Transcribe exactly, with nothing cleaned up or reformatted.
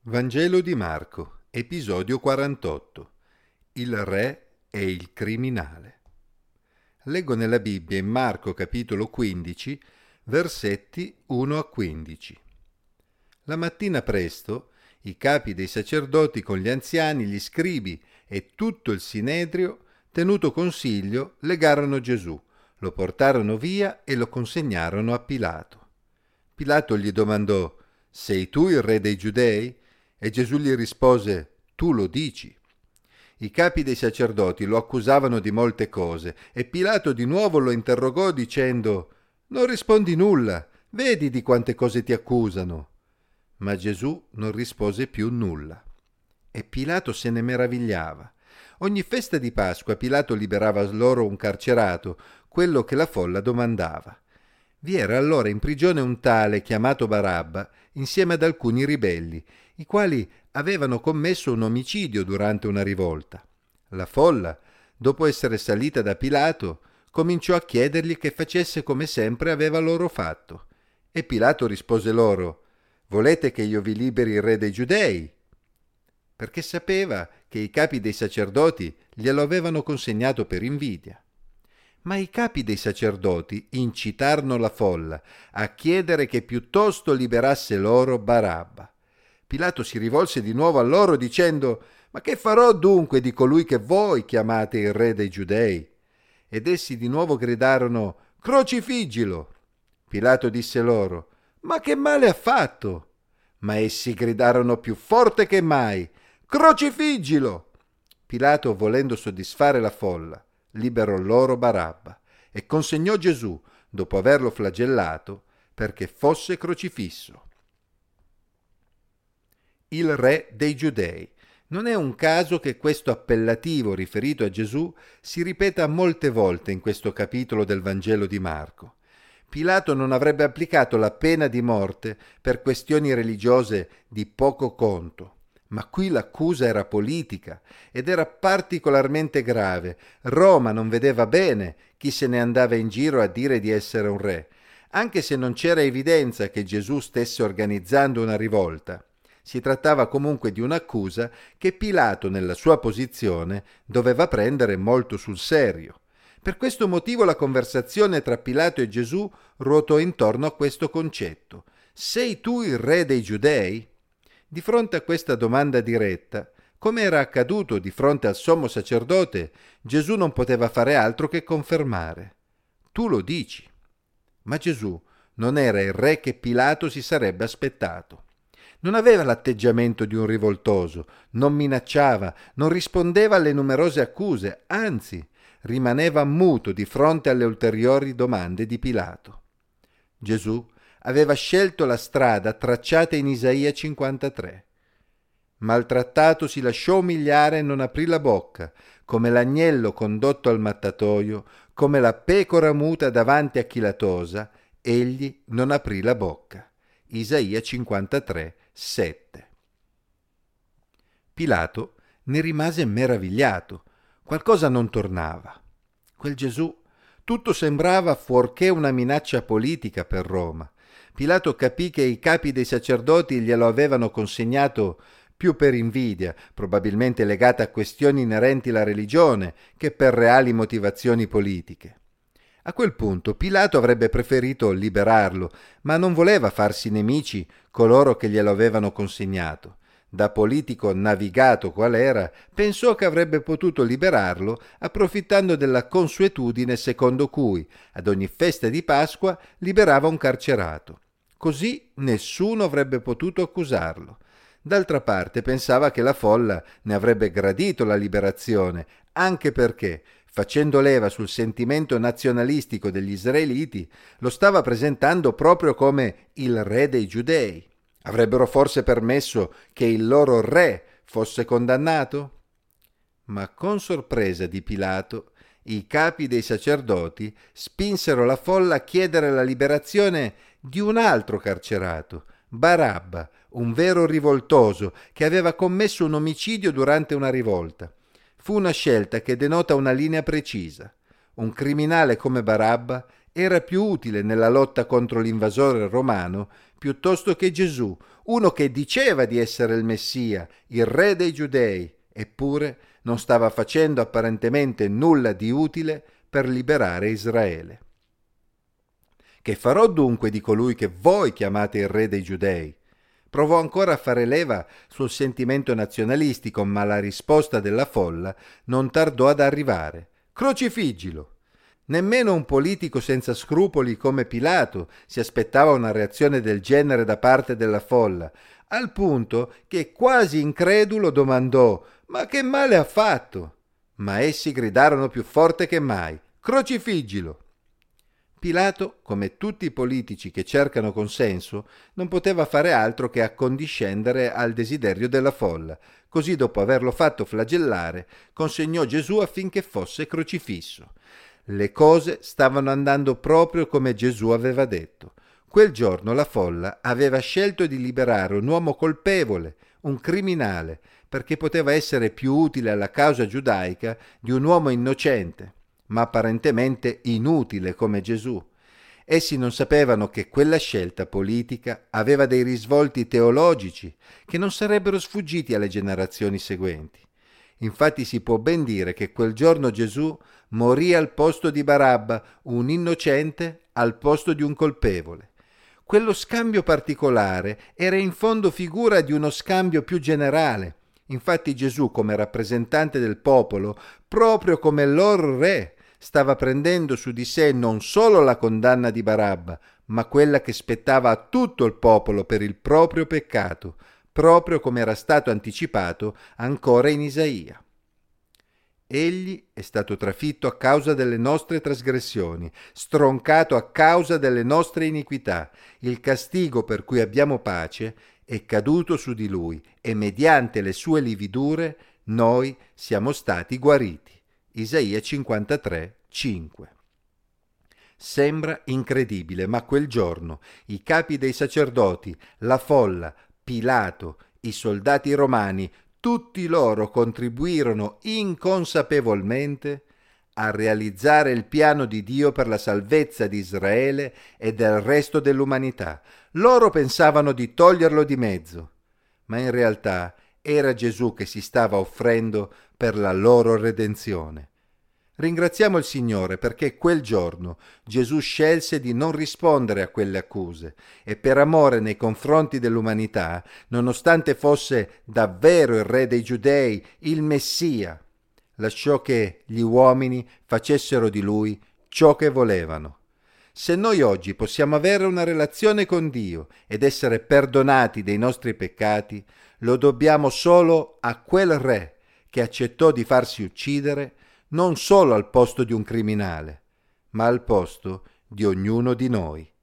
Vangelo di Marco, episodio quarantotto. Il re e il criminale. Leggo nella Bibbia in Marco capitolo quindici, versetti uno a quindici. La mattina presto i capi dei sacerdoti con gli anziani, gli scribi e tutto il sinedrio, tenuto consiglio, legarono Gesù, lo portarono via e lo consegnarono a Pilato. Pilato gli domandò: «Sei tu il re dei Giudei?» E Gesù gli rispose: «Tu lo dici». I capi dei sacerdoti lo accusavano di molte cose e Pilato di nuovo lo interrogò dicendo: «Non rispondi nulla, vedi di quante cose ti accusano». Ma Gesù non rispose più nulla. E Pilato se ne meravigliava. Ogni festa di Pasqua Pilato liberava loro un carcerato, quello che la folla domandava. Vi era allora in prigione un tale chiamato Barabba insieme ad alcuni ribelli, i quali avevano commesso un omicidio durante una rivolta. La folla, dopo essere salita da Pilato, cominciò a chiedergli che facesse come sempre aveva loro fatto. E Pilato rispose loro: «Volete che io vi liberi il re dei Giudei?» Perché sapeva che i capi dei sacerdoti glielo avevano consegnato per invidia. Ma i capi dei sacerdoti incitarono la folla a chiedere che piuttosto liberasse loro Barabba. Pilato si rivolse di nuovo a loro dicendo: «Ma che farò dunque di colui che voi chiamate il re dei Giudei?» Ed essi di nuovo gridarono: «Crocifiggilo!» Pilato disse loro: «Ma che male ha fatto?» Ma essi gridarono più forte che mai: «Crocifiggilo!» Pilato, volendo soddisfare la folla, liberò loro Barabba e consegnò Gesù, dopo averlo flagellato, perché fosse crocifisso. Il re dei Giudei. Non è un caso che questo appellativo riferito a Gesù si ripeta molte volte in questo capitolo del Vangelo di Marco. Pilato non avrebbe applicato la pena di morte per questioni religiose di poco conto, ma qui l'accusa era politica ed era particolarmente grave. Roma non vedeva bene chi se ne andava in giro a dire di essere un re, anche se non c'era evidenza che Gesù stesse organizzando una rivolta. Si trattava comunque di un'accusa che Pilato, nella sua posizione, doveva prendere molto sul serio. Per questo motivo la conversazione tra Pilato e Gesù ruotò intorno a questo concetto: «Sei tu il re dei Giudei?» Di fronte a questa domanda diretta, come era accaduto di fronte al sommo sacerdote, Gesù non poteva fare altro che confermare: «Tu lo dici». Ma Gesù non era il re che Pilato si sarebbe aspettato. Non aveva l'atteggiamento di un rivoltoso, non minacciava, non rispondeva alle numerose accuse, anzi, rimaneva muto di fronte alle ulteriori domande di Pilato. Gesù aveva scelto la strada tracciata in Isaia cinquantatré. Maltrattato si lasciò umiliare e non aprì la bocca, come l'agnello condotto al mattatoio, come la pecora muta davanti a chi la tosa, egli non aprì la bocca. Isaia cinquantatré, sette. Pilato ne rimase meravigliato. Qualcosa non tornava. Quel Gesù, tutto sembrava fuorché una minaccia politica per Roma. Pilato capì che i capi dei sacerdoti glielo avevano consegnato più per invidia, probabilmente legata a questioni inerenti alla religione, che per reali motivazioni politiche. A quel punto Pilato avrebbe preferito liberarlo, ma non voleva farsi nemici coloro che glielo avevano consegnato. Da politico navigato qual era, pensò che avrebbe potuto liberarlo approfittando della consuetudine secondo cui, ad ogni festa di Pasqua, liberava un carcerato. Così nessuno avrebbe potuto accusarlo. D'altra parte pensava che la folla ne avrebbe gradito la liberazione, anche perché, facendo leva sul sentimento nazionalistico degli israeliti, lo stava presentando proprio come il re dei Giudei. Avrebbero forse permesso che il loro re fosse condannato? Ma con sorpresa di Pilato, i capi dei sacerdoti spinsero la folla a chiedere la liberazione di un altro carcerato, Barabba, un vero rivoltoso che aveva commesso un omicidio durante una rivolta. Fu una scelta che denota una linea precisa. Un criminale come Barabba era più utile nella lotta contro l'invasore romano piuttosto che Gesù, uno che diceva di essere il Messia, il re dei Giudei, eppure non stava facendo apparentemente nulla di utile per liberare Israele. Che farò dunque di colui che voi chiamate il re dei Giudei? Provò ancora a fare leva sul sentimento nazionalistico, ma la risposta della folla non tardò ad arrivare. Crocifiggilo! Nemmeno un politico senza scrupoli come Pilato si aspettava una reazione del genere da parte della folla, al punto che quasi incredulo domandò: «Ma che male ha fatto?» Ma essi gridarono più forte che mai: «Crocifiggilo!» Pilato, come tutti i politici che cercano consenso, non poteva fare altro che accondiscendere al desiderio della folla. Così, dopo averlo fatto flagellare, consegnò Gesù affinché fosse crocifisso. Le cose stavano andando proprio come Gesù aveva detto. Quel giorno la folla aveva scelto di liberare un uomo colpevole, un criminale, perché poteva essere più utile alla causa giudaica di un uomo innocente, ma apparentemente inutile come Gesù. Essi non sapevano che quella scelta politica aveva dei risvolti teologici che non sarebbero sfuggiti alle generazioni seguenti. Infatti si può ben dire che quel giorno Gesù morì al posto di Barabba, un innocente al posto di un colpevole. Quello scambio particolare era in fondo figura di uno scambio più generale. Infatti Gesù, come rappresentante del popolo, proprio come loro re, stava prendendo su di sé non solo la condanna di Barabba, ma quella che spettava a tutto il popolo per il proprio peccato, proprio come era stato anticipato ancora in Isaia. Egli è stato trafitto a causa delle nostre trasgressioni, stroncato a causa delle nostre iniquità. Il castigo per cui abbiamo pace è caduto su di lui e mediante le sue lividure noi siamo stati guariti. Isaia cinquantatré, cinque. Sembra incredibile, ma quel giorno i capi dei sacerdoti, la folla, Pilato, i soldati romani, tutti loro contribuirono inconsapevolmente a realizzare il piano di Dio per la salvezza di Israele e del resto dell'umanità. Loro pensavano di toglierlo di mezzo, ma in realtà era Gesù che si stava offrendo per la loro redenzione. Ringraziamo il Signore perché quel giorno Gesù scelse di non rispondere a quelle accuse e per amore nei confronti dell'umanità, nonostante fosse davvero il Re dei Giudei, il Messia, lasciò che gli uomini facessero di lui ciò che volevano. Se noi oggi possiamo avere una relazione con Dio ed essere perdonati dei nostri peccati, lo dobbiamo solo a quel Re che accettò di farsi uccidere non solo al posto di un criminale, ma al posto di ognuno di noi.